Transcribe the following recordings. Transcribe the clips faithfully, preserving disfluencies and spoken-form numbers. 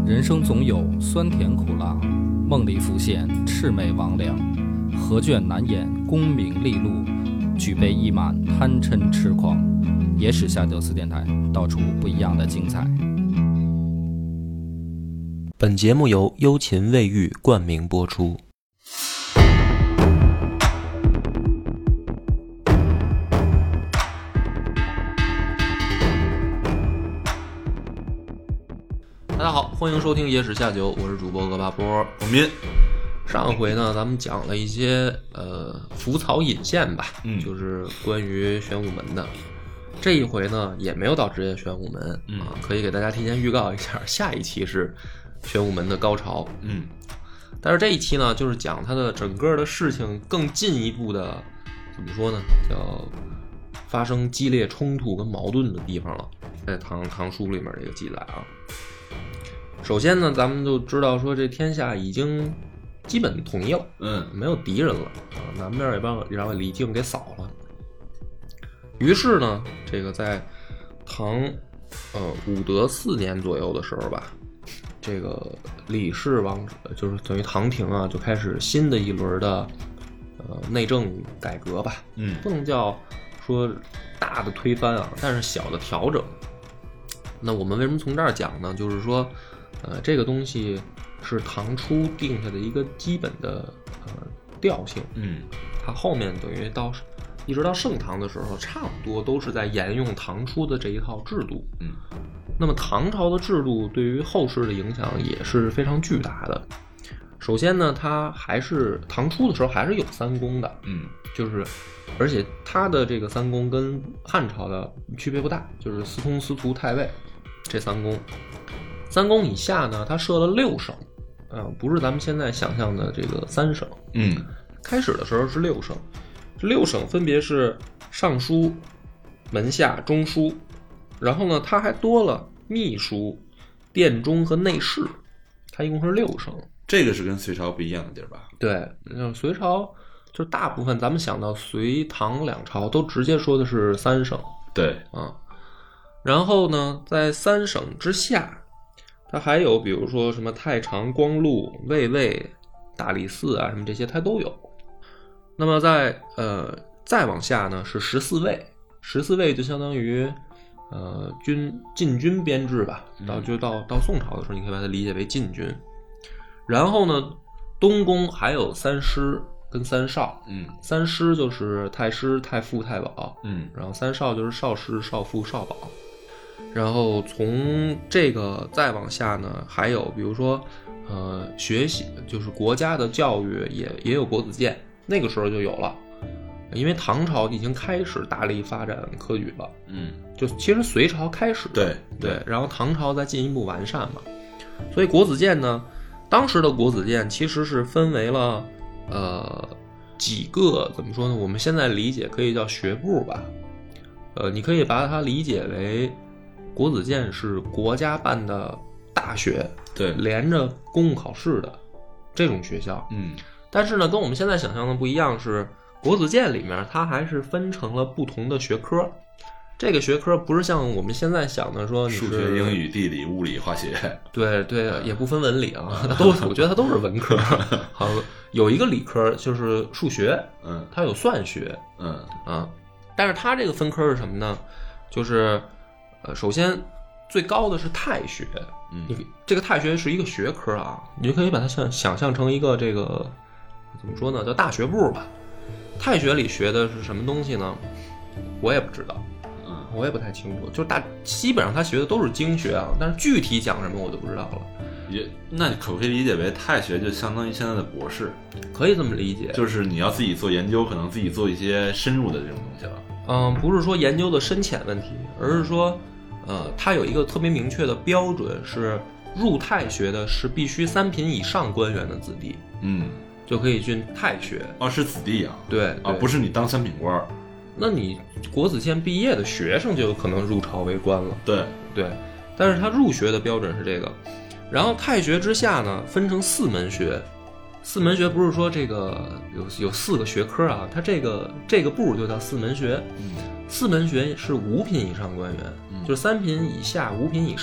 人生总有酸甜苦辣，梦里浮现魑魅魍魉，何卷难掩功名利禄，举杯一满贪嗔痴狂。野史下酒四电台，道出不一样的精彩。 本节目由优琴卫浴冠名播出。大家好，欢迎收听野史下酒，我是主播鹅巴波。 我民。 上回呢，咱们讲了一些呃浮草引线吧， 嗯， 就是关于玄武门的。这一回呢，也没有到职业玄武门， 嗯啊，可以给大家提前预告一下，下一期是玄武门的高潮， 嗯， 但是这一期呢，就是讲它的整个的事情更进一步的，怎么说呢，叫发生激烈冲突跟矛盾的地方了，在唐唐书里面这个记载啊。首先呢，咱们就知道说这天下已经基本统一了， 嗯， 没有敌人了啊，南边也帮让李靖给扫了。于是呢，这个在唐呃武德四年左右的时候吧，这个李氏王就是等于唐廷啊，就开始新的一轮的呃内政改革吧， 嗯， 不能叫说大的推翻啊，但是小的调整。那我们为什么从这儿讲呢？就是说，呃，这个东西是唐初定下的一个基本的呃调性， 嗯， 它后面等于到一直到盛唐的时候，差不多都是在沿用唐初的这一套制度， 嗯， 那么唐朝的制度对于后世的影响也是非常巨大的。首先呢，它还是唐初的时候还是有三公的， 嗯， 就是而且它的这个三公跟汉朝的区别不大，就是司通、司徒、太尉这三公。三公以下呢，它设了六省，啊、呃，不是咱们现在想象的这个三省， 嗯， 开始的时候是六省，这六省分别是尚书、门下、中书，然后呢，它还多了秘书、殿中和内侍，它一共是六省。 这个是跟隋朝不一样的地儿吧？ 对，隋朝就大部分咱们想到隋唐两朝都直接说的是三省， 对啊。然后呢，在三省之下，它还有比如说什么太常、光禄、卫尉、大理寺啊，什么这些它都有。那么在呃再往下呢是十四卫，十四卫就相当于呃军禁军编制吧，到就到到宋朝的时候，你可以把它理解为禁军。然后呢，东宫还有三师跟三少， 嗯， 三师就是太师、太傅、太保， 嗯， 然后三少就是少师、少傅、少保。然后从这个再往下呢，还有比如说呃学习，就是国家的教育也也有国子监，那个时候就有了，因为唐朝已经开始大力发展科举了， 嗯， 就其实隋朝开始， 对对, 对，然后唐朝再进一步完善嘛，所以国子监呢，当时的国子监其实是分为了呃几个，怎么说呢？我们现在理解可以叫学部吧，呃，你可以把它理解为国子监是国家办的大学， 对， 连着公务考试的这种学校， 嗯， 但是呢，跟我们现在想象的不一样，是国子监里面它还是分成了不同的学科。这个学科不是像我们现在想的说你是数学、英语、地理、物理、化学， 对对，也不分文理啊，它都我觉得它都是文科。好，有一个理科就是数学， 嗯， 它有算学， 嗯啊，但是它这个分科是什么呢？就是呃，首先最高的是太学， 嗯， 你这个太学是一个学科啊，你就可以把它想想象成一个这个怎么说呢，叫大学部吧。太学里学的是什么东西呢？我也不知道。我也不太清楚，就是大基本上他学的都是经学啊，但是具体讲什么我就不知道了。 也，那可不可以理解为太学就相当于现在的博士？ 可以这么理解， 就是你要自己做研究，可能自己做一些深入的这种东西了。 嗯，不是说研究的深浅问题，而是说，呃，它有一个特别明确的标准，是入太学的是必须三品以上官员的子弟， 嗯， 就可以进太学。 哦，是子弟啊？ 对啊，不是你当三品官。 那你国子监毕业的学生就有可能入朝为官了， 对对，但是他入学的标准是这个。然后太学之下呢，分成四门学。四门学不是说这个有有四个学科啊，它这个这个部就叫四门学。 嗯， 四门学是五品以上官员， 嗯、 就是三品以下、五品以上。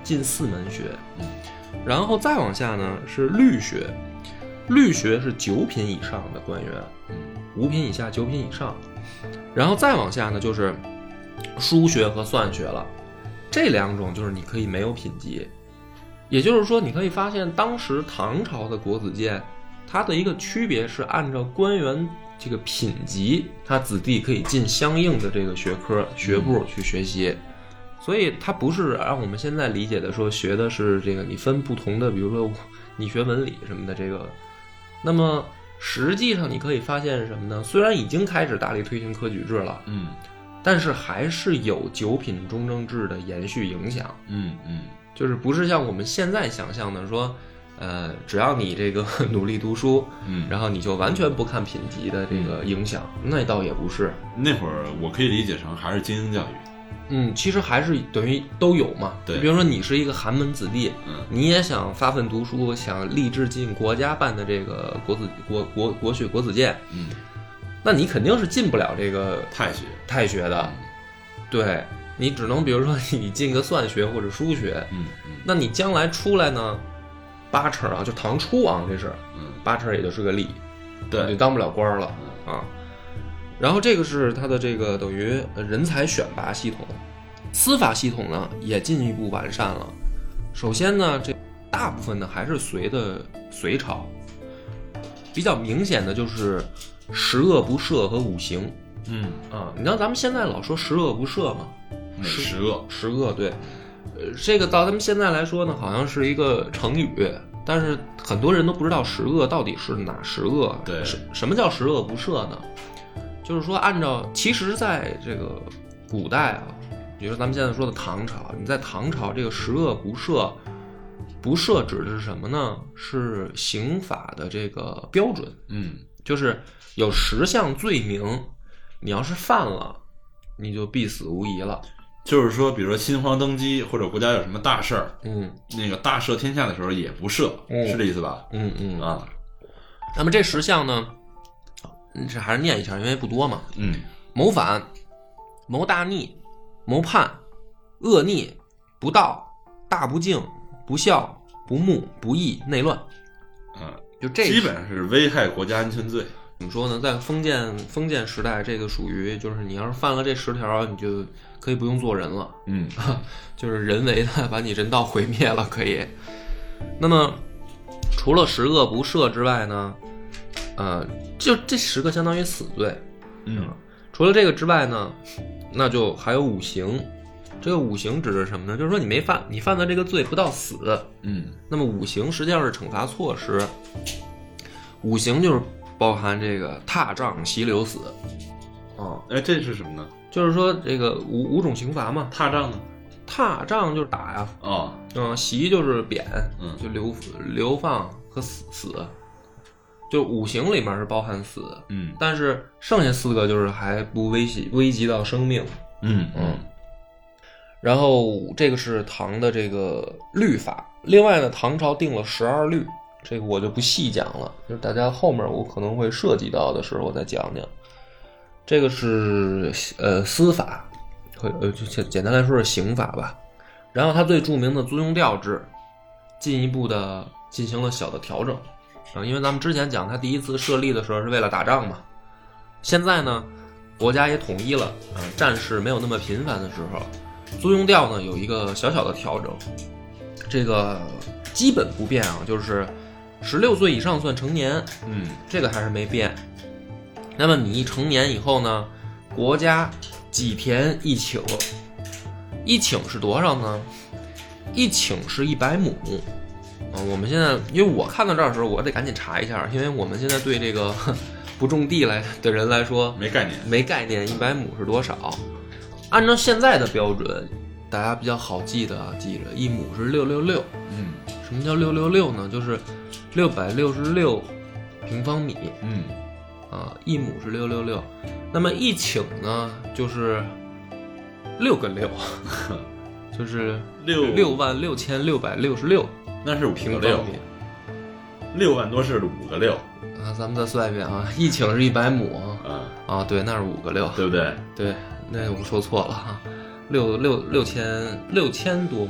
近四门学。然后再往下呢是律学，律学是九品以上的官员，五品以下九品以上。然后再往下呢就是书学和算学了，这两种就是你可以没有品级。也就是说你可以发现当时唐朝的国子监它的一个区别是按照官员这个品级，他子弟可以进相应的这个学科学部去学习，所以它不是按我们现在理解的说学的是这个你分不同的，比如说你学文理什么的这个。那么实际上你可以发现是什么呢？虽然已经开始大力推行科举制了， 嗯， 但是还是有九品中正制的延续影响， 嗯嗯， 就是不是像我们现在想象的说，呃，只要你这个努力读书， 嗯， 然后你就完全不看品级的这个影响，嗯、那倒也不是。 那会儿我可以理解成还是精英教育。 嗯，其实还是等于都有嘛。 对， 比如说你是一个寒门子弟， 嗯， 你也想发奋读书，想立志进国家办的这个国子国国国学国子监， 嗯， 那你肯定是进不了这个太学太学的，嗯、对。你只能比如说你进个算学或者数学， 嗯嗯， 那你将来出来呢，八成啊，就唐初啊，这是， 嗯， 八成也就是个吏， 对， 就当不了官了、嗯、啊。然后这个是他的这个等于人才选拔系统，司法系统呢也进一步完善了。首先呢，这大部分呢还是隋的隋朝，比较明显的就是十恶不赦和五刑。 嗯啊，你知道咱们现在老说十恶不赦嘛？ 哪十恶？ 十恶，对。呃，这个到咱们现在来说呢，好像是一个成语，但是很多人都不知道十恶到底是哪十恶。 对， 什么叫十恶不赦呢？就是说，按照其实在这个古代啊，比如说咱们现在说的唐朝，你在唐朝这个十恶不赦，不赦指的是什么呢？是刑法的这个标准。 嗯， 就是有十项罪名，你要是犯了，你就必死无疑了。 就是说，比如说新皇登基或者国家有什么大事儿， 嗯， 那个大赦天下的时候也不赦，嗯、是这意思吧？ 嗯嗯啊。 那么这十项呢，这还是念一下，因为不多嘛。 嗯， 谋反、谋大逆、谋叛、恶逆、不道、大不敬、不孝、不睦、不义、内乱。 嗯， 就这基本上是危害国家安全罪。 怎么说呢？在封建封建时代，这个属于就是你要是犯了这十条，你就可以不用做人了。 嗯， 就是人为的把你人道毁灭了，可以。那么除了十恶不赦之外呢，呃，就这十个相当于死罪。 嗯， 除了这个之外呢，那就还有五刑。这个五刑指的是什么呢？就是说你没犯，你犯的这个罪不到死。 嗯， 那么五刑实际上是惩罚措施。五刑就是包含这个踏杖、袭流死。 哦，哎，这是什么呢？ 就是说这个五五种刑罚嘛。 踏杖呢？ 踏杖就是打呀。 哦， 嗯，袭就是贬， 嗯， 就流流放和死死。就五刑里面是包含死， 嗯， 但是剩下四个就是还不危及危及到生命。 嗯嗯。然后这个是唐的这个律法，另外呢，唐朝定了十二律。这个我就不细讲了，就是大家后面我可能会涉及到的时候我再讲讲。这个是呃司法，呃就简单来说是刑法吧。然后它最著名的租庸调制，进一步的进行了小的调整啊，因为咱们之前讲它第一次设立的时候是为了打仗嘛，现在呢国家也统一了，啊，战事没有那么频繁的时候，租庸调呢有一个小小的调整，这个基本不变啊，就是十六岁以上算成年， 嗯， 这个还是没变。那么你一成年以后呢，国家几田一顷，一顷是多少呢？一顷是一百亩。啊，我们现在因为我看到这儿的时候，我得赶紧查一下，因为我们现在对这个不种地来的人来说没概念， 没概念，一百亩是多少？按照现在的标准，大家比较好记的啊，记着一亩是六六六。 嗯， 什么叫六六六呢？就是六百六十六平方米。 嗯， 啊，一亩是六六六，那么一顷呢，就是六个六，就是六六万六千六百六十六， 那是五平个六方米。 六万多是五个六啊，咱们再算一遍啊，一顷是一百亩啊， 啊，对，那是五个六， 对不对？ 对，那我说错了哈，六六六千六千多亩，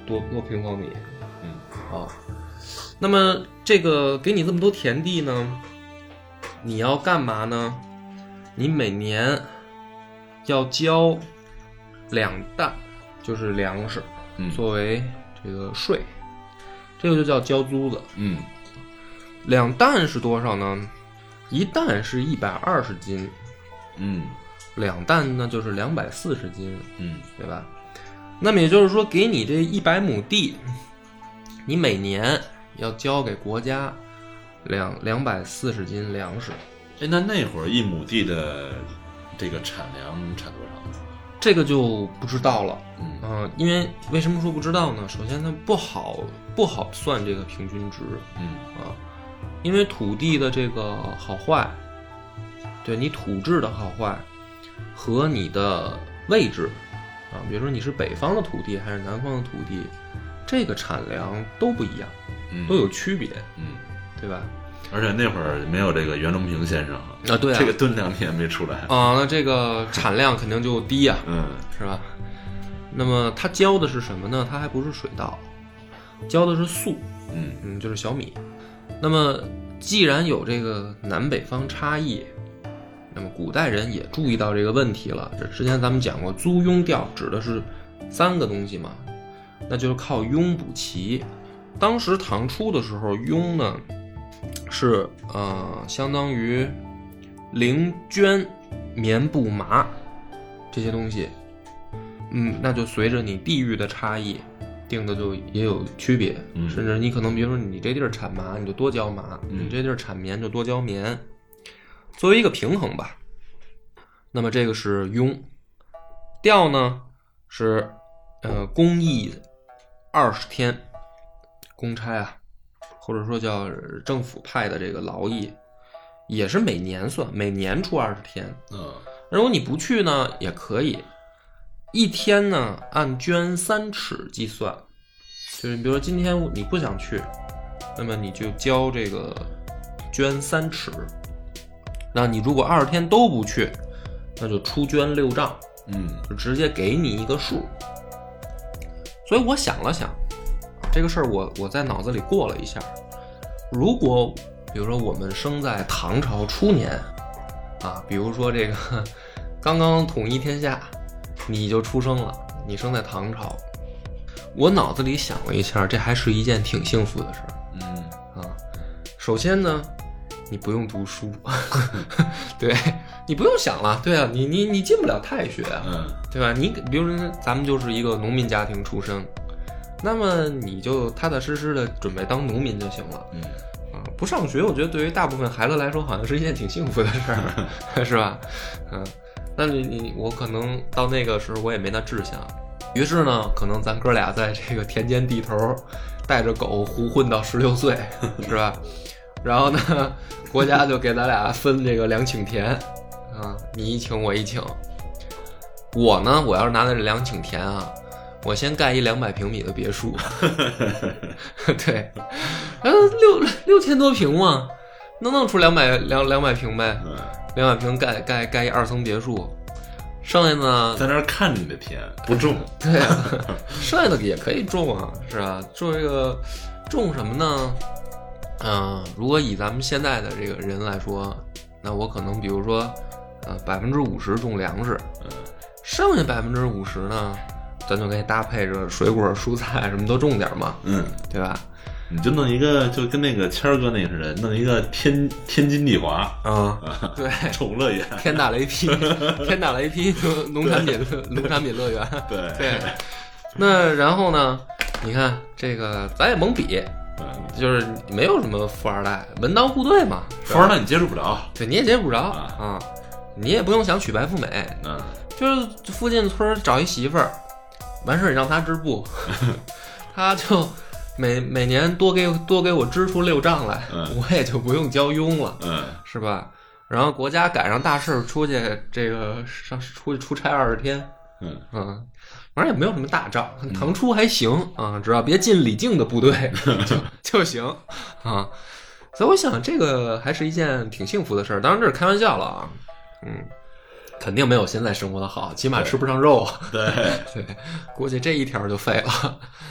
多多平方米。 嗯， 啊，那么这个给你这么多田地呢，你要干嘛呢？你每年要交两担，就是粮食， 嗯， 作为这个税，这个就叫交租子。 嗯， 两担是多少呢？一担是一百二十斤， 嗯， 两担呢就是两百四十斤， 嗯， 对吧？那么也就是说，给你这一百亩地，你每年要交给国家两两百四十斤粮食。 哎，那那会儿一亩地的这个产粮产多少？ 这个就不知道了， 嗯呃，因为为什么说不知道呢？首先它不好不好算这个平均值， 嗯啊，因为土地的这个好坏，对你土质的好坏和你的位置啊，比如说你是北方的土地还是南方的土地，这个产粮都不一样， 嗯， 都有区别， 嗯， 对吧？ 而且那会儿没有这个袁隆平先生啊，对啊， 这个吨量也没出来啊，那这个产量肯定就低呀， 嗯， 是吧？那么他交的是什么呢？他还不是水稻，交的是粟， 嗯嗯，就是小米。那么既然有这个南北方差异，那么古代人也注意到这个问题了。这之前咱们讲过，租庸调指的是三个东西嘛，那就是靠庸补齐。当时唐初的时候，庸呢是呃相当于绫绢、棉布麻这些东西，嗯，那就随着你地域的差异定的就也有区别， 嗯甚至你可能比如说你这地儿产麻，你就多交麻， 嗯你这地儿产棉就多交棉，作为一个平衡吧。那么这个是庸。调呢是呃公役二十天，公差啊，或者说叫政府派的这个劳役，也是每年算，每年出二十天。 嗯， 如果你不去呢，也可以，一天呢按绢三尺计算，就是比如说今天你不想去，那么你就交这个绢三尺。那你如果二十天都不去，那就出绢六丈， 嗯， 就直接给你一个数。所以我想了想，这个事儿我我在脑子里过了一下，如果比如说我们生在唐朝初年啊，比如说这个刚刚统一天下，你就出生了，你生在唐朝，我脑子里想了一下，这还是一件挺幸福的事儿。 嗯啊，首先呢，你不用读书，对，你不用想了，对啊，你你你进不了太学啊， 嗯， 对吧？你比如说咱们就是一个农民家庭出生，那么你就踏踏实实的准备当农民就行了。 嗯啊，不上学，我觉得对于大部分孩子来说，好像是一件挺幸福的事儿，是吧？嗯，那你你我可能到那个时候我也没那志向，于是呢，可能咱哥俩在这个田间地头带着狗胡混到十六岁，是吧？然后呢，国家就给咱俩分这个两顷田，啊，你一顷我一顷。我呢，我要是拿到这两顷田啊，我先盖一两百平米的别墅，对，呃，六六千多平嘛，能弄出两百两两百平呗，两百平盖盖盖一二层别墅，剩下呢， 在那儿看你的田不种， 对啊，剩下的也可以种啊，是吧？种这个种什么呢？嗯、呃，如果以咱们现在的这个人来说，那我可能比如说，呃，百分之五十种粮食， 嗯， 剩下百分之五十呢，咱就可以搭配着水果、蔬菜什么都种点嘛， 嗯， 对吧？ 你就弄一个，就跟那个谦儿哥那似的，弄一个天天津地华啊，对， 宠物乐园， 天打雷劈，天打雷劈农农产品农产品乐园， 对对。那然后呢？你看这个，咱也甭比。就是没有什么富二代，门当户对嘛。 富二代你接触不着， 对，你也接触不着啊、 啊，你也不用想娶白富美， 嗯， 就是附近村找一媳妇儿，完事儿让他织布，他就每每年多给多给我织出六丈来， 嗯、 我也就不用交佣了， 嗯， 是吧？然后国家赶上大事出去，这个上出去出差二十天， 嗯嗯。反正也没有什么大仗，唐初还行啊，只要别进李靖的部队就就行啊。所以我想这个还是一件挺幸福的事儿，当然这是开玩笑了啊，嗯，肯定没有现在生活的好，起码吃不上肉， 对对，估计这一条就废了。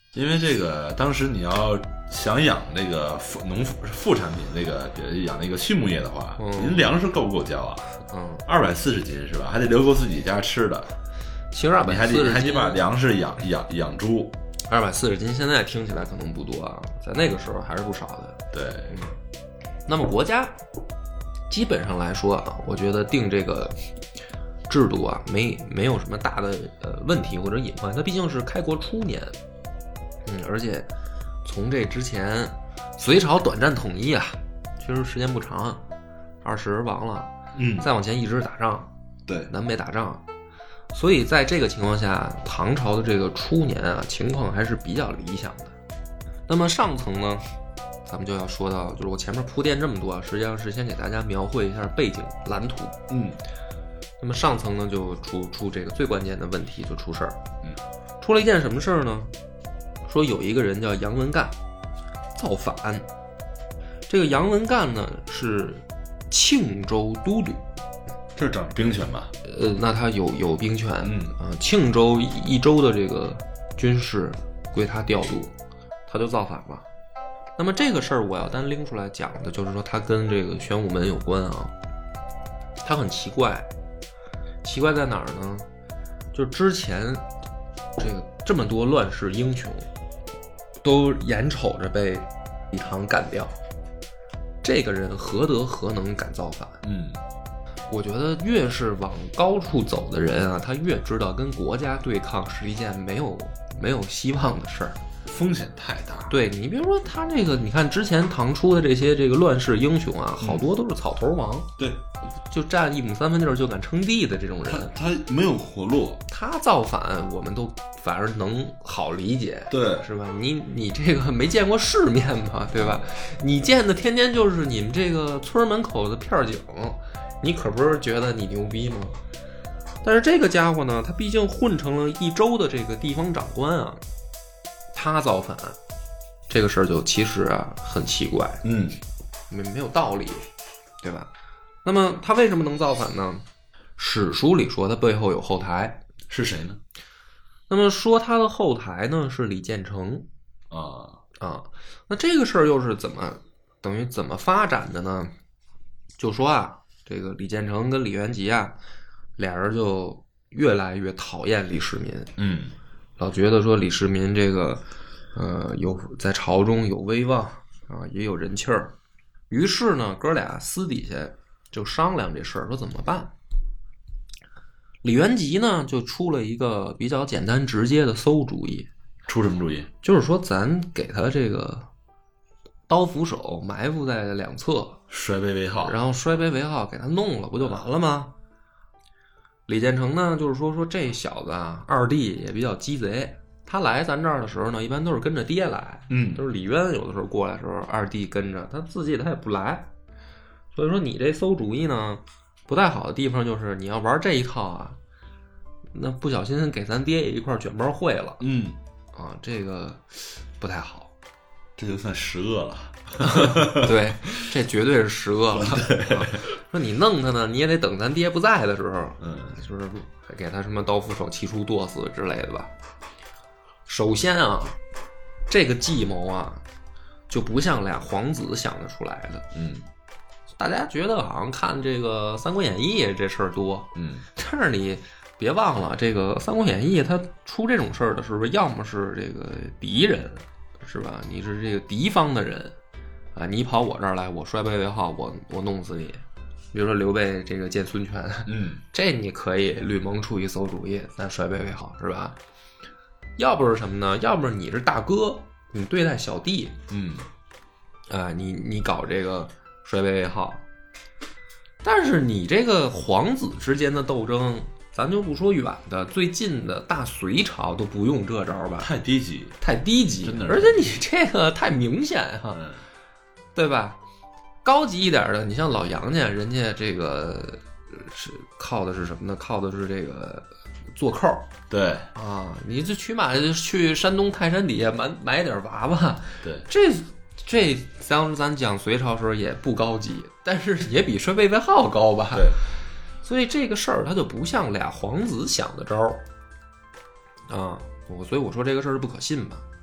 因为这个当时你要想养这个副农副副产品，这个养那个畜牧业的话，嗯、您粮食够不够交啊？嗯，二百四十斤是吧？还得留够自己家吃的。 其实二百四十斤， 还得把粮食养养养猪。 二百四十斤现在听起来可能不多啊，在那个时候还是不少的。 对， 嗯。那么国家基本上来说啊，我觉得定这个制度啊，没没有什么大的呃问题或者隐患。它毕竟是开国初年，嗯，而且从这之前，隋朝短暂统一啊，确实时间不长，二十而亡了， 嗯， 再往前一直打仗， 对， 南北打仗。所以在这个情况下，唐朝的这个初年啊，情况还是比较理想的。那么上层呢，咱们就要说到，就是我前面铺垫这么多啊，实际上是先给大家描绘一下背景蓝图。 嗯， 那么上层呢，就出出这个最关键的问题，就出事儿。 嗯， 出了一件什么事儿呢？说有一个人叫杨文干，造反。这个杨文干呢是庆州都督。 这是掌兵权吧？ 呃，那他有有兵权， 嗯啊、呃，庆州一州的这个军事归他调度，他就造反了。那么这个事儿我要单拎出来讲的，就是说他跟这个玄武门有关啊。他很奇怪，奇怪在哪儿呢？就是之前这个这么多乱世英雄，都眼瞅着被李唐干掉，这个人何德何能敢造反？ 嗯。 我觉得越是往高处走的人啊，他越知道跟国家对抗是一件没有没有希望的事儿， 风险太大。 对，你比如说他这个，你看之前唐初的这些这个乱世英雄啊，好多都是草头王， 对， 就占一亩三分地儿就敢称帝的这种人， 他他没有活路， 他造反我们都反而能好理解， 对， 是吧？你你这个没见过世面嘛，对吧？你见的天天就是你们这个村门口的片警。你可不是觉得你牛逼吗？但是这个家伙呢，他毕竟混成了一州的这个地方长官啊，他造反，这个事儿就其实啊很奇怪， 嗯， 没没有道理，对吧？那么他为什么能造反呢？史书里说他背后有后台， 是谁呢？ 那么说他的后台呢是李建成啊啊，那这个事儿又是怎么等于怎么发展的呢？就说啊。这个李建成跟李元吉啊，俩人就越来越讨厌李世民， 嗯， 老觉得说李世民这个，呃，有在朝中有威望啊，也有人气儿。于是呢，哥俩私底下就商量这事儿，说怎么办。李元吉呢，就出了一个比较简单直接的馊主意。 出什么主意？ 就是说，咱给他这个刀斧手埋伏在两侧。 衰卑为号， 然后衰卑为号给他弄了，不就完了吗？李建成呢，就是说说这小子啊，二弟也比较鸡贼，他来咱这儿的时候呢，一般都是跟着爹来， 嗯， 就是李渊有的时候过来的时候，二弟跟着，他自己他也不来，所以说你这馊主意呢，不太好的地方就是你要玩这一套啊，那不小心给咱爹也一块卷包会了， 嗯， 啊，这个不太好， 这就算十恶了。 对，这绝对是十恶了。啊、说你弄他呢，你也得等咱爹不在的时候， 嗯， 就是给他什么刀斧手奇书剁死之类的吧。首先啊，这个计谋啊，就不像俩皇子想得出来的。 嗯， 大家觉得好像看这个《三国演义》这事儿多， 嗯， 但是你别忘了，这个《三国演义》它出这种事儿的时候，要么是这个敌人，是吧？你是这个敌方的人。啊，你跑我这儿来，我衰卑为号，我我弄死你。比如说刘备这个见孙权， 嗯， 这你可以吕蒙出一馊主意，咱衰卑为号，是吧？要不是什么呢？要不是你是大哥，你对待小弟， 嗯， 啊，你你搞这个衰卑为号。但是你这个皇子之间的斗争，咱就不说远的，最近的大隋朝都不用这招吧？ 太低级， 太低级， 真的， 而且你这个太明显哈。嗯，对吧？高级一点的，你像老杨家，人家这个是靠的是什么呢？靠的是这个做扣。 对啊，你这起码去山东泰山底下买买点娃娃。 对， 这这咱咱讲隋朝时候也不高级，但是也比衰卑为号高吧？ 对， 所以这个事儿它就不像俩皇子想的招儿啊。我所以我说这个事儿是不可信吧。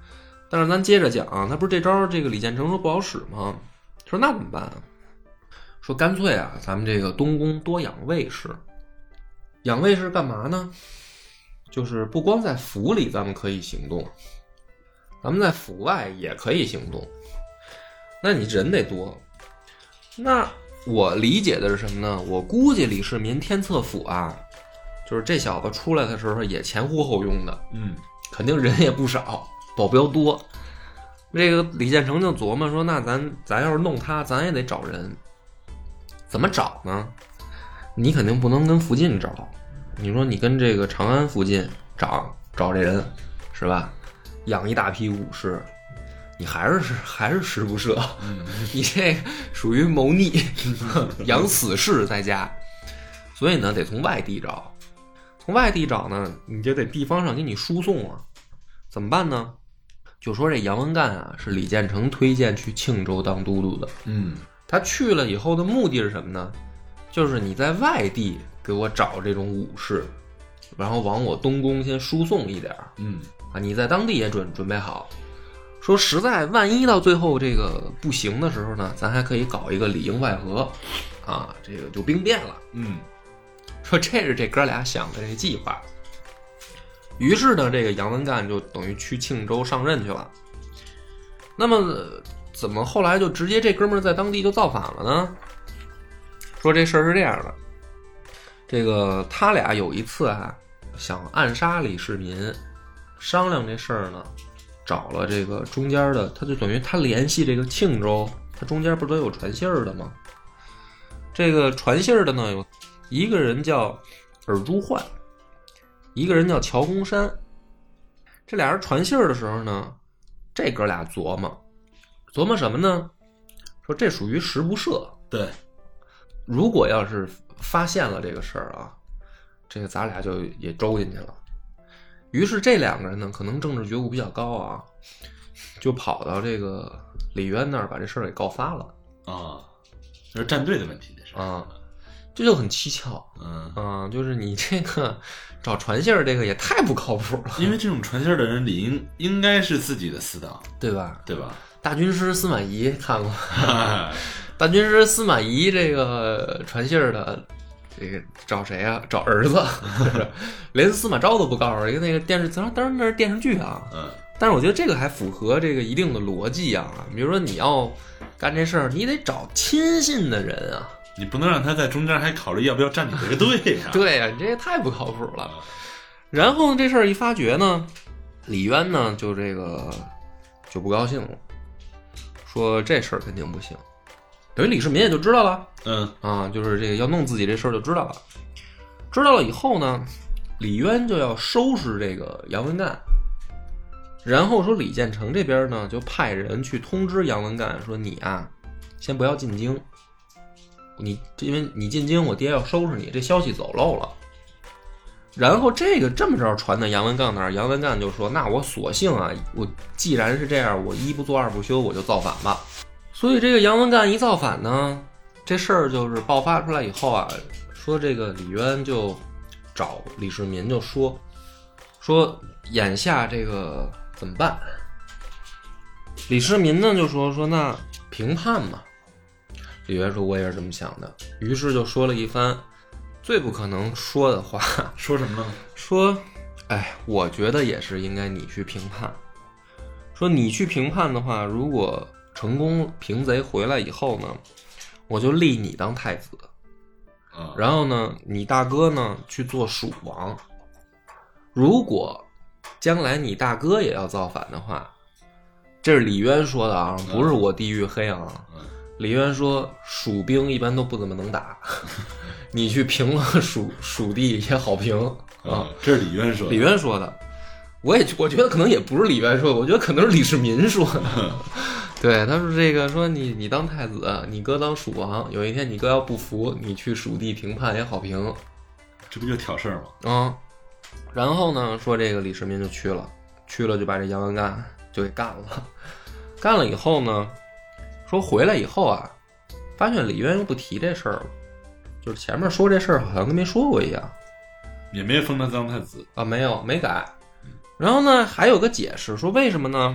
但是咱接着讲，他不是这招这个李建成说不好使吗？说那怎么办啊？说干脆啊，咱们这个东宫多养卫士。养卫士干嘛呢？就是不光在府里咱们可以行动，咱们在府外也可以行动。那你人得多。那我理解的是什么呢？我估计李世民天策府啊，就是这小子出来的时候也前呼后拥的， 嗯， 肯定人也不少，保镖多。这个李建成就琢磨说，那咱咱要是弄他，咱也得找人。怎么找呢？你肯定不能跟附近找，你说你跟这个长安附近找找这人，是吧？养一大批武士，你还是还是食不赦， 嗯、 你这属于谋逆，养死士在家。所以呢，得从外地找。从外地找呢，你就得地方上给你输送啊。怎么办呢？就说这杨文干啊，是李建成推荐去庆州当都督的。 嗯， 他去了以后的目的是什么呢？就是你在外地给我找这种武士，然后往我东宫先输送一点。 嗯啊，你在当地也准准备好。说实在万一到最后这个不行的时候呢，咱还可以搞一个里应外合，啊，这个就兵变了。 嗯， 说这是这哥俩想的这个计划。于是呢，这个杨文干就等于去庆州上任去了。那么怎么后来就直接这哥们儿在当地就造反了呢？说这事儿是这样的，这个他俩有一次啊想暗杀李世民，商量这事儿呢，找了这个中间的，他就等于他联系这个庆州，他中间不是都有传信儿的吗？这个传信儿的呢，有一个人叫尔朱焕，一个人叫乔公山。这俩人传信儿的时候呢，这哥俩琢磨琢磨什么呢？说这属于食不赦。 对， 如果要是发现了这个事儿啊，这个咱俩就也周进去了。于是这两个人呢，可能政治觉悟比较高啊，就跑到这个李渊那儿把这事儿给告发了啊。这是站队的问题，这是啊，这就很蹊跷。 嗯啊，就是你这个找传信儿这个也太不靠谱了。 因为这种传信儿的人理应应该是自己的死党， 对吧？ 对吧？ 大军师司马懿看过，大军师司马懿这个传信儿的。这个找谁啊？找儿子，连司马昭都不告诉一个那个电视，当然那是电视剧啊。 嗯， 但是我觉得这个还符合这个一定的逻辑啊。比如说你要干这事儿，你得找亲信的人啊， 你不能让他在中间还考虑要不要站你这个队呀、啊。 对呀、啊，你这也太不靠谱了。然后这事儿一发觉呢，李渊呢就这个就不高兴了，说这事儿肯定不行。等于李世民也就知道了， 嗯啊，就是这个要弄自己这事儿就知道了。知道了以后呢，李渊就要收拾这个杨文干，然后说李建成这边呢就派人去通知杨文干说，你啊先不要进京，你因为你进京我爹要收拾你，这消息走漏了。然后这个这么着传到杨文干那儿，杨文干就说，那我索性啊，我既然是这样，我一不做二不休，我就造反吧。所以这个杨文干一造反呢，这事儿就是爆发出来以后啊，说这个李渊就找李世民就说说眼下这个怎么办？李世民呢就说说那平叛嘛。李渊说我也是这么想的，于是就说了一番最不可能说的话。 说什么呢？ 说哎，我觉得也是应该你去平叛。说你去平叛的话，如果成功平贼回来以后呢，我就立你当太子，然后呢你大哥呢去做蜀王。如果将来你大哥也要造反的话，这是李渊说的啊，不是我地域黑啊。李渊说蜀兵一般都不怎么能打，你去平了蜀蜀地也好平啊。 这是李渊说的。 李渊说的，我也我觉得可能也不是李渊说的，我觉得可能是李世民说的。对，他说这个说你你当太子，你哥当蜀王，有一天你哥要不服，你去蜀地平叛也好平， 这不就挑事儿吗？ 啊、嗯，然后呢，说这个李世民就去了，去了就把这杨文干就给干了，干了以后呢，说回来以后啊，发现李渊又不提这事儿了，就是前面说这事儿好像跟没说过一样， 也没封他当太子啊，没有没改。然后呢，还有个解释说为什么呢？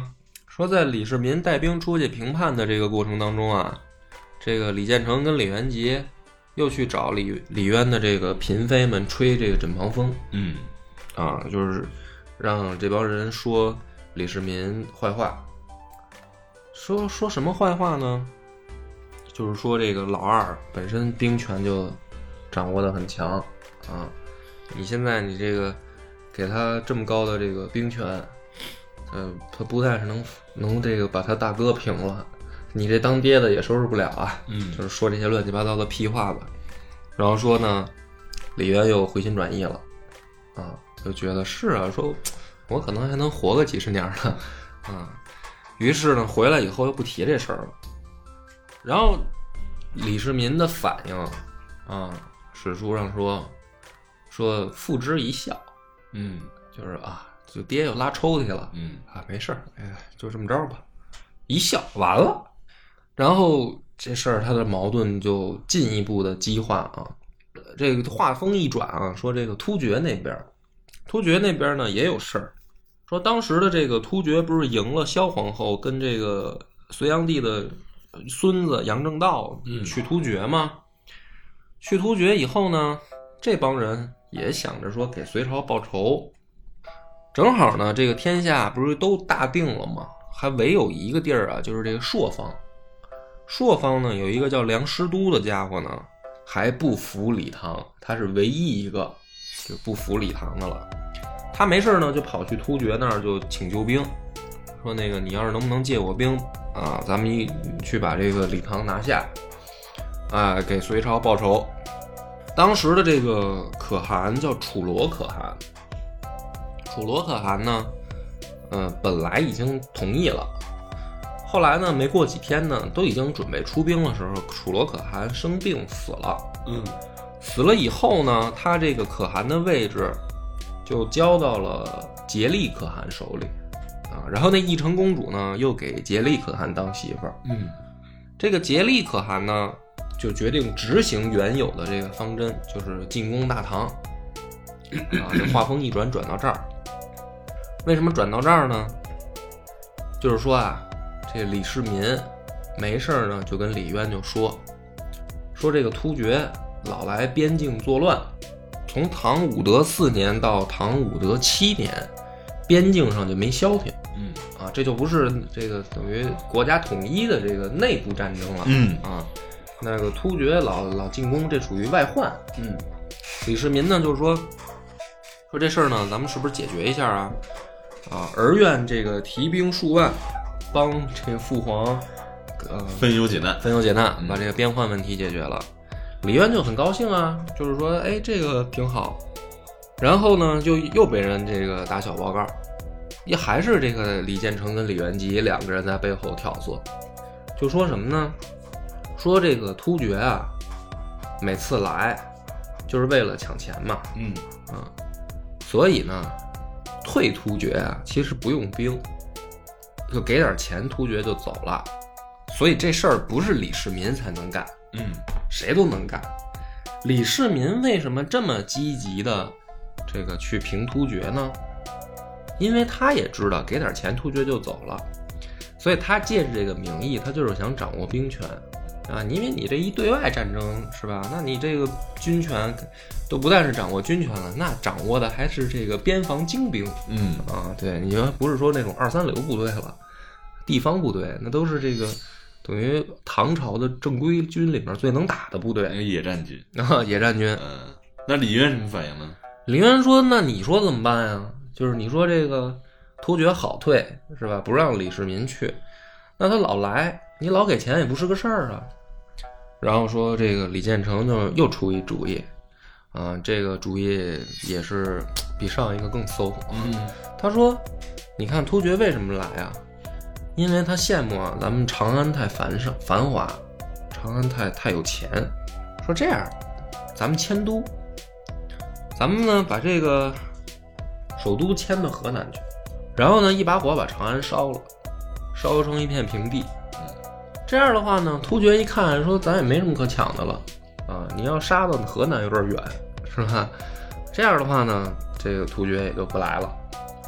说在李世民带兵出去平叛的这个过程当中啊，这个李建成跟李元吉又去找李李渊的这个嫔妃们吹这个枕旁风， 嗯， 啊，就是让这帮人说李世民坏话。说说什么坏话呢？就是说这个老二本身兵权就掌握得很强啊，你现在你这个给他这么高的这个兵权，呃，他不但是能能这个把他大哥平了，你这当爹的也收拾不了啊。 嗯， 就是说这些乱七八糟的屁话吧。然后说呢，李渊又回心转意了啊，就觉得是啊，说我可能还能活个几十年呢啊。于是呢，回来以后又不提这事儿了。然后李世民的反应啊，史书上说说付之一笑， 嗯， 就是啊，就爹又拉抽屉了， 嗯啊，没事儿，哎，就这么着吧，一笑完了。然后这事儿他的矛盾就进一步的激化啊。这个话锋一转啊，说这个突厥那边，突厥那边呢也有事儿。说当时的这个突厥不是赢了萧皇后跟这个隋炀帝的孙子杨正道去突厥吗？嗯、去突厥以后呢，这帮人也想着说给隋朝报仇。正好呢，这个天下不是都大定了吗？还唯有一个地儿啊，就是这个朔方。朔方呢有一个叫梁师都的家伙呢，还不服李唐，他是唯一一个就不服李唐的了。他没事呢，就跑去突厥那儿就请救兵，说那个你要是能不能借我兵啊，咱们一去把这个李唐拿下，啊，给隋朝报仇。当时的这个可汗叫楚罗可汗，楚罗可汗呢，呃，本来已经同意了，后来呢，没过几天呢，都已经准备出兵的时候，楚罗可汗生病死了。 嗯， 死了以后呢，他这个可汗的位置就交到了颉利可汗手里啊，然后那义成公主呢又给颉利可汗当媳妇儿。 嗯， 这个颉利可汗呢就决定执行原有的这个方针，就是进攻大唐啊。这话锋一转，转到这儿，为什么转到这儿呢？就是说啊，这李世民没事呢就跟李渊就说说这个突厥老来边境作乱。从唐武德四年到唐武德七年，边境上就没消停， 嗯啊，这就不是这个等于国家统一的这个内部战争了， 嗯啊，那个突厥老老进攻，这属于外患， 嗯， 李世民呢就是说说这事儿呢，咱们是不是解决一下啊？啊，儿愿这个提兵数万，帮这个父皇，呃， 分忧解难， 分忧解难，把这个边患问题解决了。李渊就很高兴啊，就是说，哎，这个挺好。然后呢，就又被人这个打小报告，也还是这个李建成跟李元吉两个人在背后挑唆，就说什么呢？说这个突厥啊，每次来就是为了抢钱嘛， 嗯啊，所以呢，退突厥啊，其实不用兵，就给点钱，突厥就走了。所以这事儿不是李世民才能干。 嗯， 谁都能干。李世民为什么这么积极的这个去平突厥呢？因为他也知道给点钱突厥就走了，所以他借着这个名义，他就是想掌握兵权啊。因为你这一对外战争是吧？那你这个军权都不但是掌握军权了，那掌握的还是这个边防精兵。 嗯啊，对，你不是说那种二三流部队了，地方部队那都是这个。等于唐朝的正规军里面最能打的部队， 那个野战军啊，野战军。 嗯，那李渊什么反应呢？ 李渊说：“那你说怎么办呀？就是你说这个突厥好退是吧？不让李世民去，那他老来，你老给钱也不是个事儿啊。”然后说这个李建成就又出一主意，啊，这个主意也是比上一个更馊。 嗯， 他说：“你看突厥为什么来啊？因为他羡慕啊，咱们长安太繁盛繁华，长安太太有钱。说这样，咱们迁都，咱们呢把这个首都迁到河南去，然后呢一把火把长安烧了，烧成一片平地。这样的话呢，突厥一看说咱也没什么可抢的了啊，你要杀到河南有点远，是吧？这样的话呢，这个突厥也就不来了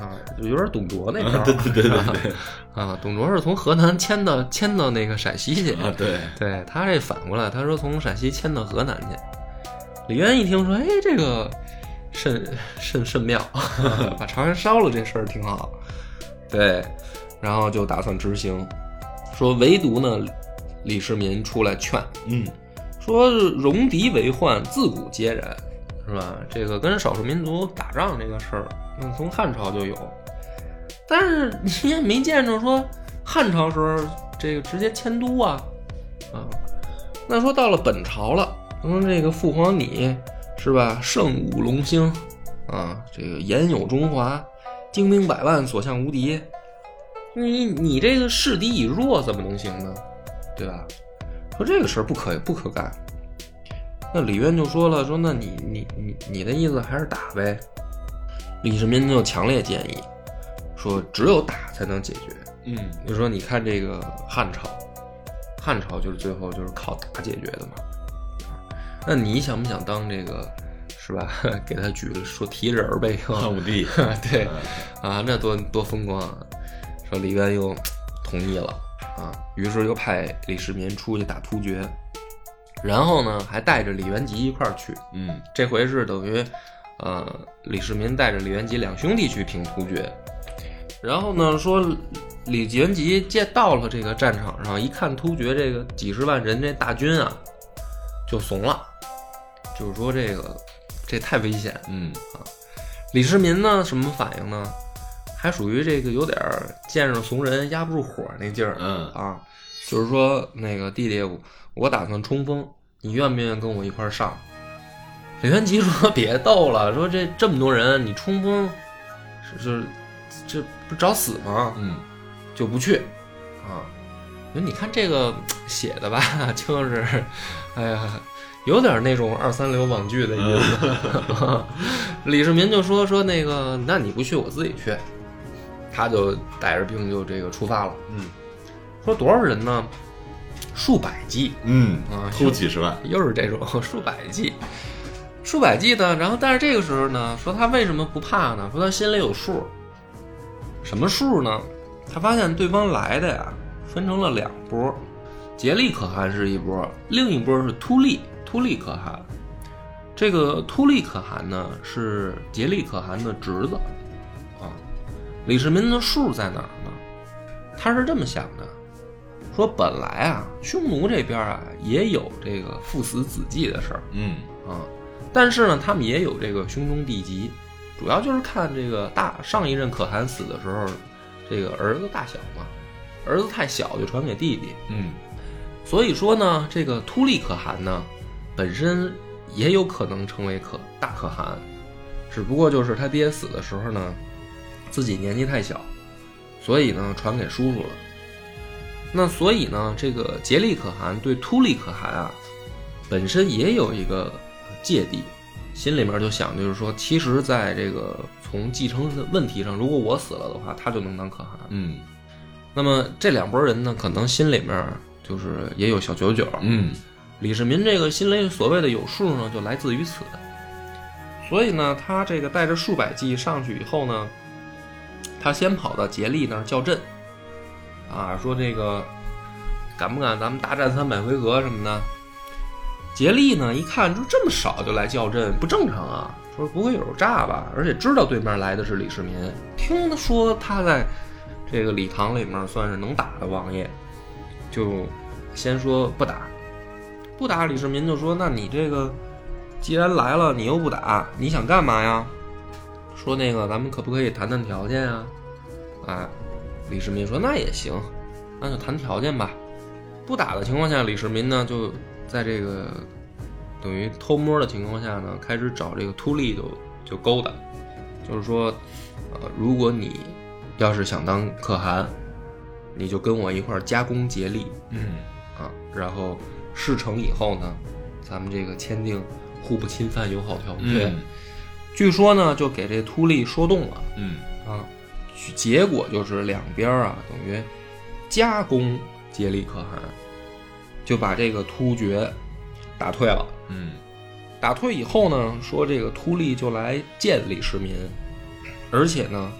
啊，就有点董卓那边、 啊。对对对对对。 啊，董卓是从河南迁到迁到那个陕西去啊，对对，他这反过来，他说从陕西迁到河南去。李渊一听说，哎，这个甚甚甚妙，把朝鲜烧了这事儿挺好。对，然后就打算执行，说唯独呢，李世民出来劝， 嗯， 说戎狄为患，自古皆然，是吧？这个跟少数民族打仗这个事儿，那从汉朝就有。但是你也没见着说汉朝时候这个直接迁都啊，啊，那说到了本朝了，说这个父皇你是吧，圣武隆兴啊，这个严有中华，精兵百万，所向无敌，你你这个示敌以弱怎么能行呢？对吧？说这个事儿不可不可干。那李渊就说了，说那你你你你的意思还是打呗。李世民就强烈建议。说只有打才能解决， 嗯， 就说你看这个汉朝，汉朝就是最后就是靠打解决的嘛。那你想不想当这个是吧？给他举了说提人呗， 汉武帝， 对啊，那多多风光啊！说李渊又同意了啊，于是又派李世民出去打突厥，然后呢还带着李元吉一块儿去， 嗯， 这回是等于呃李世民带着李元吉两兄弟去平突厥。然后呢，说李元吉见到了这个战场上，一看突厥这个几十万人这大军啊，就怂了，就是说这个这太危险， 嗯啊。李世民呢，什么反应呢？还属于这个有点见着怂人压不住火那劲儿， 嗯啊，就是说那个弟弟，我打算冲锋，你愿不愿意跟我一块上？李元吉说别逗了，说这这么多人，你冲锋是是。这不找死吗？ 嗯， 就不去啊。你看这个写的吧，就是，哎呀，有点那种二三流网剧的意思。嗯、李世民就说说那个，那你不去，我自己去。他就带着兵就这个出发了。 嗯， 说多少人呢？数百骑。 嗯啊， 出几十万， 又是这种数百骑。数百骑呢，然后但是这个时候呢，说他为什么不怕呢？说他心里有数。什么数呢？他发现对方来的呀，分成了两波，竭力可汗是一波，另一波是突利突利可汗。这个突利可汗呢，是竭力可汗的侄子啊。李世民的数在哪儿呢？他是这么想的，说本来啊，匈奴这边啊也有这个父死子继的事儿， 嗯啊，但是呢，他们也有这个兄终弟及。主要就是看这个大上一任可汗死的时候，这个儿子大小嘛，儿子太小就传给弟弟， 嗯， 所以说呢，这个突利可汗呢，本身也有可能成为可大可汗，只不过就是他爹死的时候呢，自己年纪太小，所以呢传给叔叔了。那所以呢，这个竭力可汗对突利可汗啊，本身也有一个芥蒂。心里面就想，就是说，其实在这个从继承的问题上，如果我死了的话，他就能当可汗。 嗯， 那么这两拨人呢，可能心里面就是也有小九九。 嗯， 李世民这个心里所谓的有数呢，就来自于此。所以呢，他这个带着数百骑上去以后呢，他先跑到竭力那儿叫阵，啊，说这个敢不敢咱们大战三百回合什么的。竭力呢一看就这么少就来叫阵，不正常啊，说不会有诈吧，而且知道对面来的是李世民，听他说他在这个礼堂里面算是能打的王爷，就先说不打不打。李世民就说，那你这个既然来了你又不打，你想干嘛呀？说那个咱们可不可以谈谈条件啊？啊，李世民说那也行，那就谈条件吧。不打的情况下，李世民呢就在这个等于偷摸的情况下呢，开始找这个突利就就勾搭，就是说，呃，如果你要是想当可汗，你就跟我一块加工竭力， 嗯啊，然后事成以后呢，咱们这个签订互不侵犯友好条约。 嗯、 据说呢，就给这突利说动了， 嗯啊，结果就是两边啊，等于加工竭力可汗。就把这个突厥打退了， 嗯， 打退以后呢，说这个突利就来见李世民，而且呢，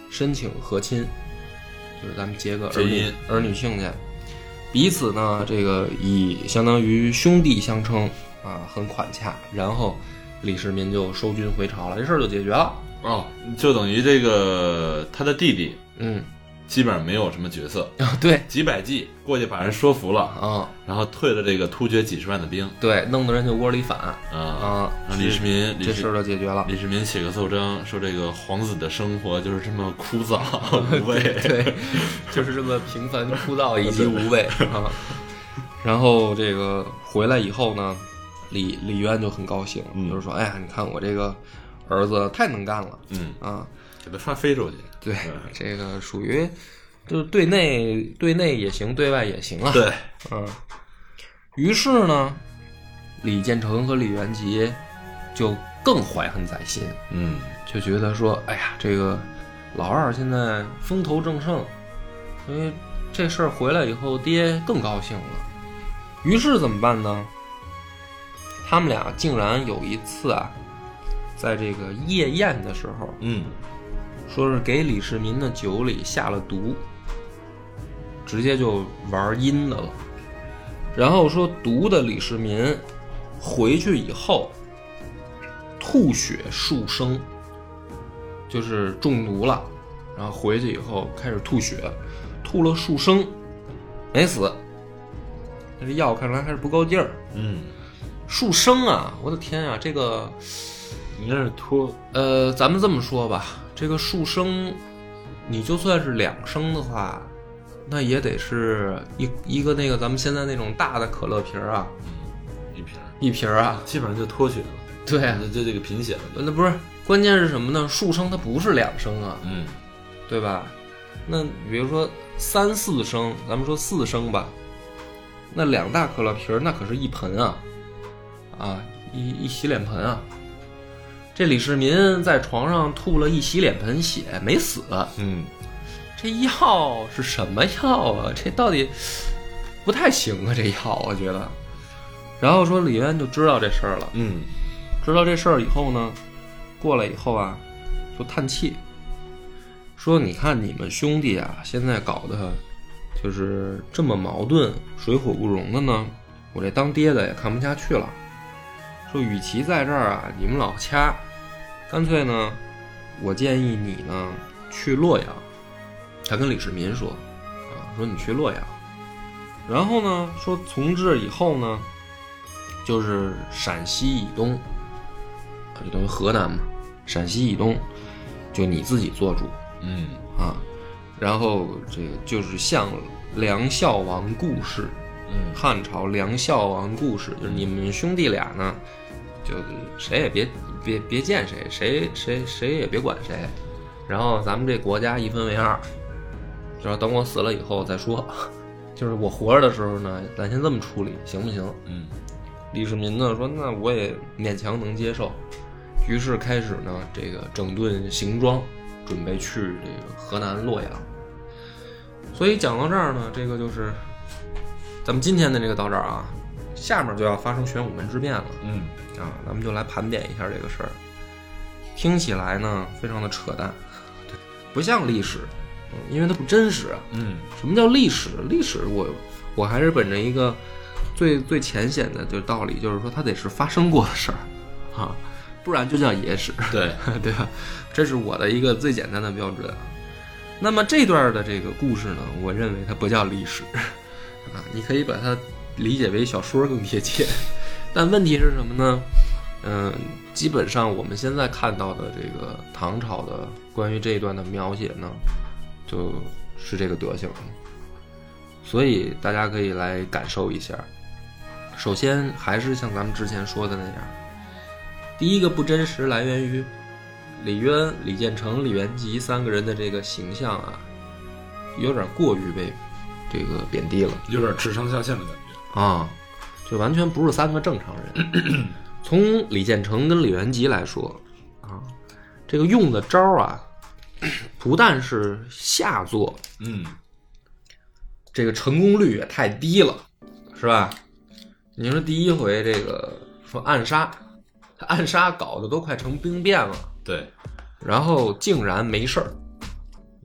申请和亲，就是咱们结个儿女儿女亲家，彼此呢这个以相当于兄弟相称啊，很款洽，然后李世民就收军回朝了，这事儿就解决了。 哦，就等于这个他的弟弟， 嗯， 基本上没有什么角色啊，对， 几百骑过去把人说服了啊， 然后退了这个突厥几十万的兵， 对，弄得人就窝里反啊啊，让李世民这事儿就解决了。 李世民写个奏章说这个皇子的生活就是这么枯燥无味， 对，就是这么平凡枯燥以及无味啊。然后这个回来以后呢，李李渊就很高兴，嗯、就是说，哎呀，你看我这个儿子太能干了， 嗯啊， 给他刷非洲去， 对，这个属于就是对内对内也行，对外也行啊， 对， 嗯。于是呢，李建成和李元吉就更怀恨在心， 嗯， 就觉得说，哎呀，这个老二现在风头正盛，因为这事儿回来以后，爹更高兴了。于是怎么办呢？他们俩竟然有一次啊，在这个夜宴的时候， 嗯， 说是给李世民的酒里下了毒，直接就玩阴的了。然后说毒的李世民回去以后吐血数升，就是中毒了，然后回去以后开始吐血，吐了数升没死，但是药看来还是不够劲儿。 嗯， 数升啊，我的天啊，这个应该是脱呃，咱们这么说吧，这个数升，你就算是两升的话，那也得是一一个那个咱们现在那种大的可乐瓶啊， 嗯，一瓶一瓶啊， 基本上就脱血了。 对， 就这个贫血了。 那不是，关键是什么呢？数升它不是两升啊， 嗯， 对吧？那比如说三四升，咱们说四升吧，那两大可乐瓶那可是一盆啊，啊，一一洗脸盆啊。这李世民在床上吐了一洗脸盆血，没死。 嗯， 这药是什么药啊？这到底不太行啊，这药我觉得。然后说李渊就知道这事儿了， 嗯， 知道这事儿以后呢，过来以后啊，就叹气，说你看你们兄弟啊，现在搞得就是这么矛盾，水火不容的呢，我这当爹的也看不下去了。说与其在这儿啊，你们老掐，干脆呢，我建议你呢去洛阳。他跟李世民说，啊，说你去洛阳，然后呢，说从这以后呢，就是陕西以东，啊，就等于河南嘛，陕西以东，就你自己做主， 嗯啊，然后这个就是像梁孝王故事， 嗯， 汉朝梁孝王故事，就是你们兄弟俩呢，就谁也别别别见谁，谁谁谁也别管谁，然后咱们这国家一分为二，就是等我死了以后再说，就是我活着的时候呢，咱先这么处理，行不行？ 嗯， 李世民呢说，那我也勉强能接受，于是开始呢这个整顿行装，准备去这个河南洛阳。所以讲到这儿呢，这个就是咱们今天的这个到这儿啊，下面就要发生玄武门之变了。 嗯啊，咱们就来盘点一下这个事儿。听起来呢非常的扯淡，不像历史，因为它不真实啊。 嗯， 什么叫历史？历史我我还是本着一个最最浅显的就道理，就是说它得是发生过的事儿啊，不然就叫野史。 对对吧？这是我的一个最简单的标准啊。那么这段的这个故事呢，我认为它不叫历史啊，你可以把它理解为小说更贴切。但问题是什么呢？嗯，基本上我们现在看到的这个唐朝的关于这一段的描写呢，就是这个德行，所以大家可以来感受一下。首先还是像咱们之前说的那样，第一个不真实来源于李渊、李建成、李元吉三个人的这个形象啊，有点过于被这个贬低了， 有点智商下线的感觉啊，就完全不是三个正常人。从李建成跟李元吉来说啊，这个用的招啊，不但是下作， 嗯， 这个成功率也太低了，是吧？你说第一回这个说暗杀，暗杀搞得都快成兵变了， 对， 然后竟然没事儿，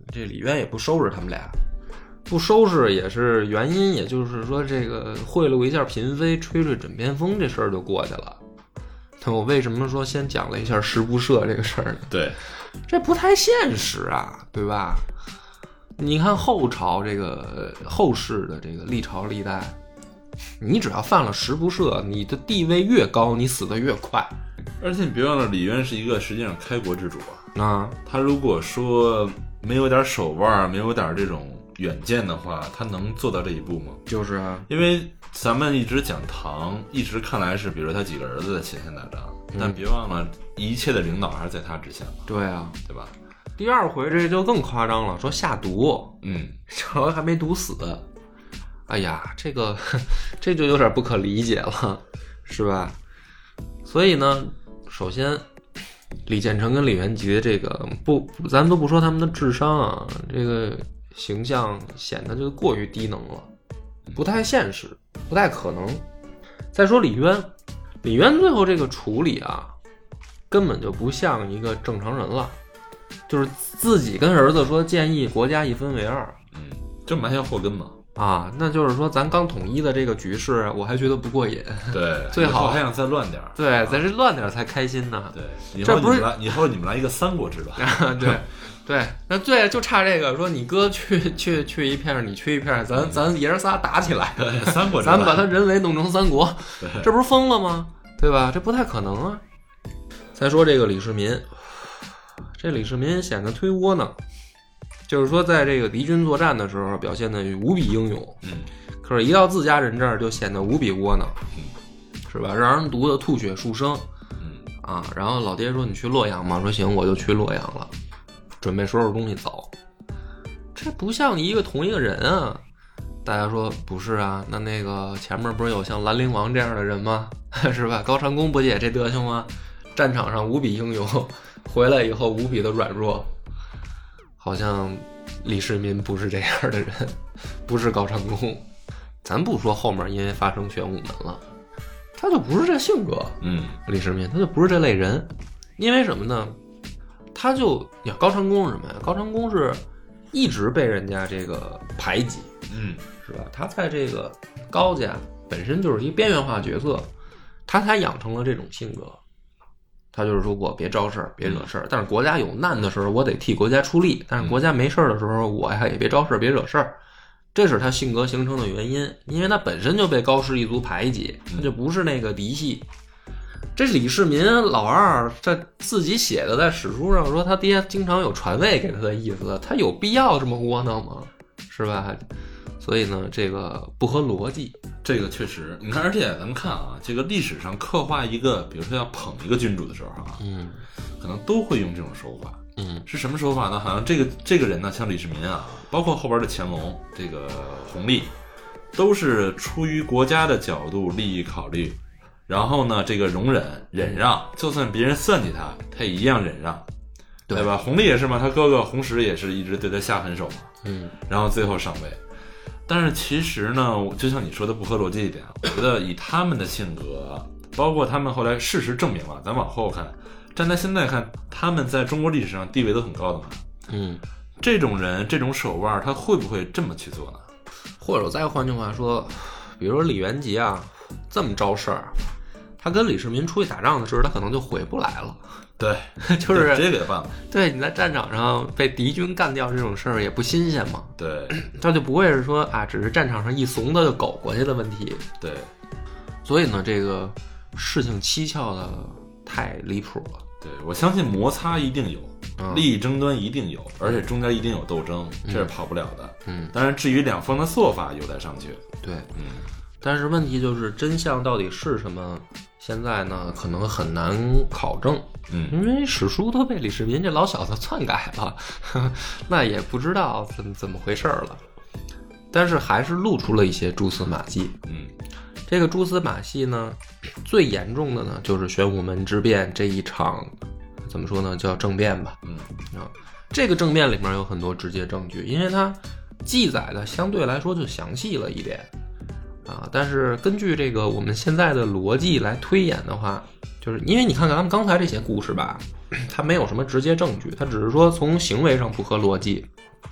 这李渊也不收拾他们俩，不收拾也是原因，也就是说这个贿赂一下嫔妃，吹吹枕边风这事儿就过去了。那我为什么说先讲了一下十不赦这个事儿呢？ 对， 这不太现实啊，对吧？你看后朝这个后世的这个历朝历代，你只要犯了十不赦，你的地位越高，你死得越快。 而且你别忘了，李渊是一个实际上开国之主啊。 啊， 他如果说没有点手腕，没有点这种远见的话，他能做到这一步吗？ 就是啊， 因为咱们一直讲唐，一直看来是比如他几个儿子在前线打仗，嗯、但别忘了一切的领导还是在他之下嘛。 对啊， 对吧？ 第二回这就更夸张了，说下毒， 嗯， 这回还没毒死。哎呀，这个这就有点不可理解了，是吧？所以呢，首先李建成跟李元吉的这个不，咱都不说他们的智商啊，这个形象显得就过于低能了，不太现实，不太可能。再说李渊，李渊最后这个处理啊，根本就不像一个正常人了，就是自己跟儿子说建议国家一分为二， 嗯，就埋下祸根嘛。 啊，那就是说咱刚统一的这个局势，我还觉得不过瘾。 对， 最好还想再乱点。 对，啊、咱这乱点才开心呢。 对，以后你们来，以后你们来一个三国志吧。 对，对，那对，就差这个，说你哥去去去一片，你去一片，咱咱爷儿仨打起来， 三国志， 咱把他人为弄成三国，这不是疯了吗？对吧？这不太可能啊。再说这个李世民，这李世民显得忒窝囊。就是说，在这个敌军作战的时候，表现得无比英勇， 嗯， 可是，一到自家人这儿就显得无比窝囊，嗯，是吧？让人毒得吐血数升， 嗯啊，然后老爹说你去洛阳嘛，说行，我就去洛阳了，准备收拾东西走。这不像一个同一个人啊！大家说不是啊？那那个前面不是有像兰陵王这样的人吗？是吧？高长恭不也这德行吗？战场上无比英勇，回来以后无比的软弱。好像李世民不是这样的人，不是高长恭。咱不说后面因为发生玄武门了，他就不是这性格。 嗯， 李世民他就不是这类人，因为什么呢？他就呀，高长恭是什么呀？高长恭是一直被人家这个排挤， 嗯， 是吧？他在这个高家本身就是一边缘化角色，他才养成了这种性格。他就是说我别招事儿，别惹事儿，但是国家有难的时候，我得替国家出力；但是国家没事儿的时候，我呀也别招事儿，别惹事儿。这是他性格形成的原因，因为他本身就被高氏一族排挤，他就不是那个嫡系。这李世民老二这自己写的，在史书上说他爹经常有传位给他的意思，他有必要这么窝囊吗？是吧？所以呢，这个不合逻辑。 这个确实，你看，而且咱们看啊，这个历史上刻画一个，比如说要捧一个君主的时候啊， 嗯， 可能都会用这种手法。 嗯， 是什么手法呢？好像这个这个人呢，像李世民啊，包括后边的乾隆、这个弘历，都是出于国家的角度利益考虑，然后呢，这个容忍忍让，就算别人算计他，他也一样忍让，对吧？弘历也是嘛，他哥哥弘时也是一直对他下狠手嘛， 嗯， 然后最后上位。但是其实呢，就像你说的不合逻辑一点，我觉得以他们的性格，包括他们后来事实证明了，咱往后看，站在现在看，他们在中国历史上地位都很高的嘛。 嗯， 这种人这种手腕，他会不会这么去做呢？ 或者再换句话说，比如说李元吉啊，这么招事儿，他跟李世民出去打仗的时候，他可能就回不来了。 对， 就是直接给他办了。 对，你在战场上被敌军干掉这种事儿也不新鲜嘛。 对， 他就不会是说啊，只是战场上一怂的就苟过去的问题。 对， 所以呢，这个事情蹊跷的太离谱了。 对，我相信摩擦一定有， 嗯、 利益争端一定有，而且中间一定有斗争， 嗯、 这是跑不了的。 嗯， 当然，至于两方的做法有待商榷。 对， 嗯， 但是问题就是真相到底是什么？现在呢，可能很难考证， 嗯， 因为史书都被李世民这老小子篡改了，呵呵，那也不知道怎么怎么回事了。但是还是露出了一些蛛丝马迹， 嗯， 这个蛛丝马迹呢，最严重的呢就是玄武门之变这一场，怎么说呢，叫政变吧， 嗯啊，这个政变里面有很多直接证据，因为它记载的相对来说就详细了一点。啊，但是根据这个我们现在的逻辑来推演的话，就是因为你看看咱们刚才这些故事吧，它没有什么直接证据，它只是说从行为上不合逻辑，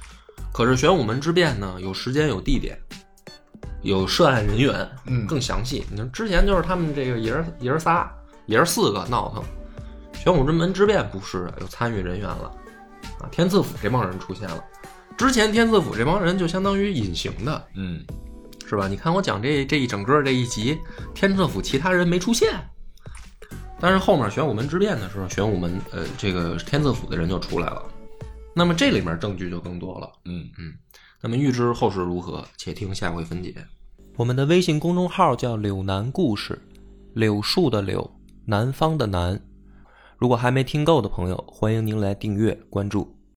可是玄武门之变呢，有时间有地点，有涉案人员， 嗯更详细。你看之前就是他们这个爷儿爷儿仨爷儿四个闹腾，玄武门之变不是有参与人员了啊，天赐府这帮人出现了。之前天赐府这帮人就相当于隐形的， 嗯， 是吧？你看我讲这这一整个这一集，天赐府其他人没出现，但是后面玄武门之变的时候，玄武门呃这个天赐府的人就出来了。那么这里面证据就更多了， 嗯嗯。那么预知后事如何，且听下回分解。 我们的微信公众号叫柳南故事，柳树的柳，南方的南。如果还没听够的朋友，欢迎您来订阅关注。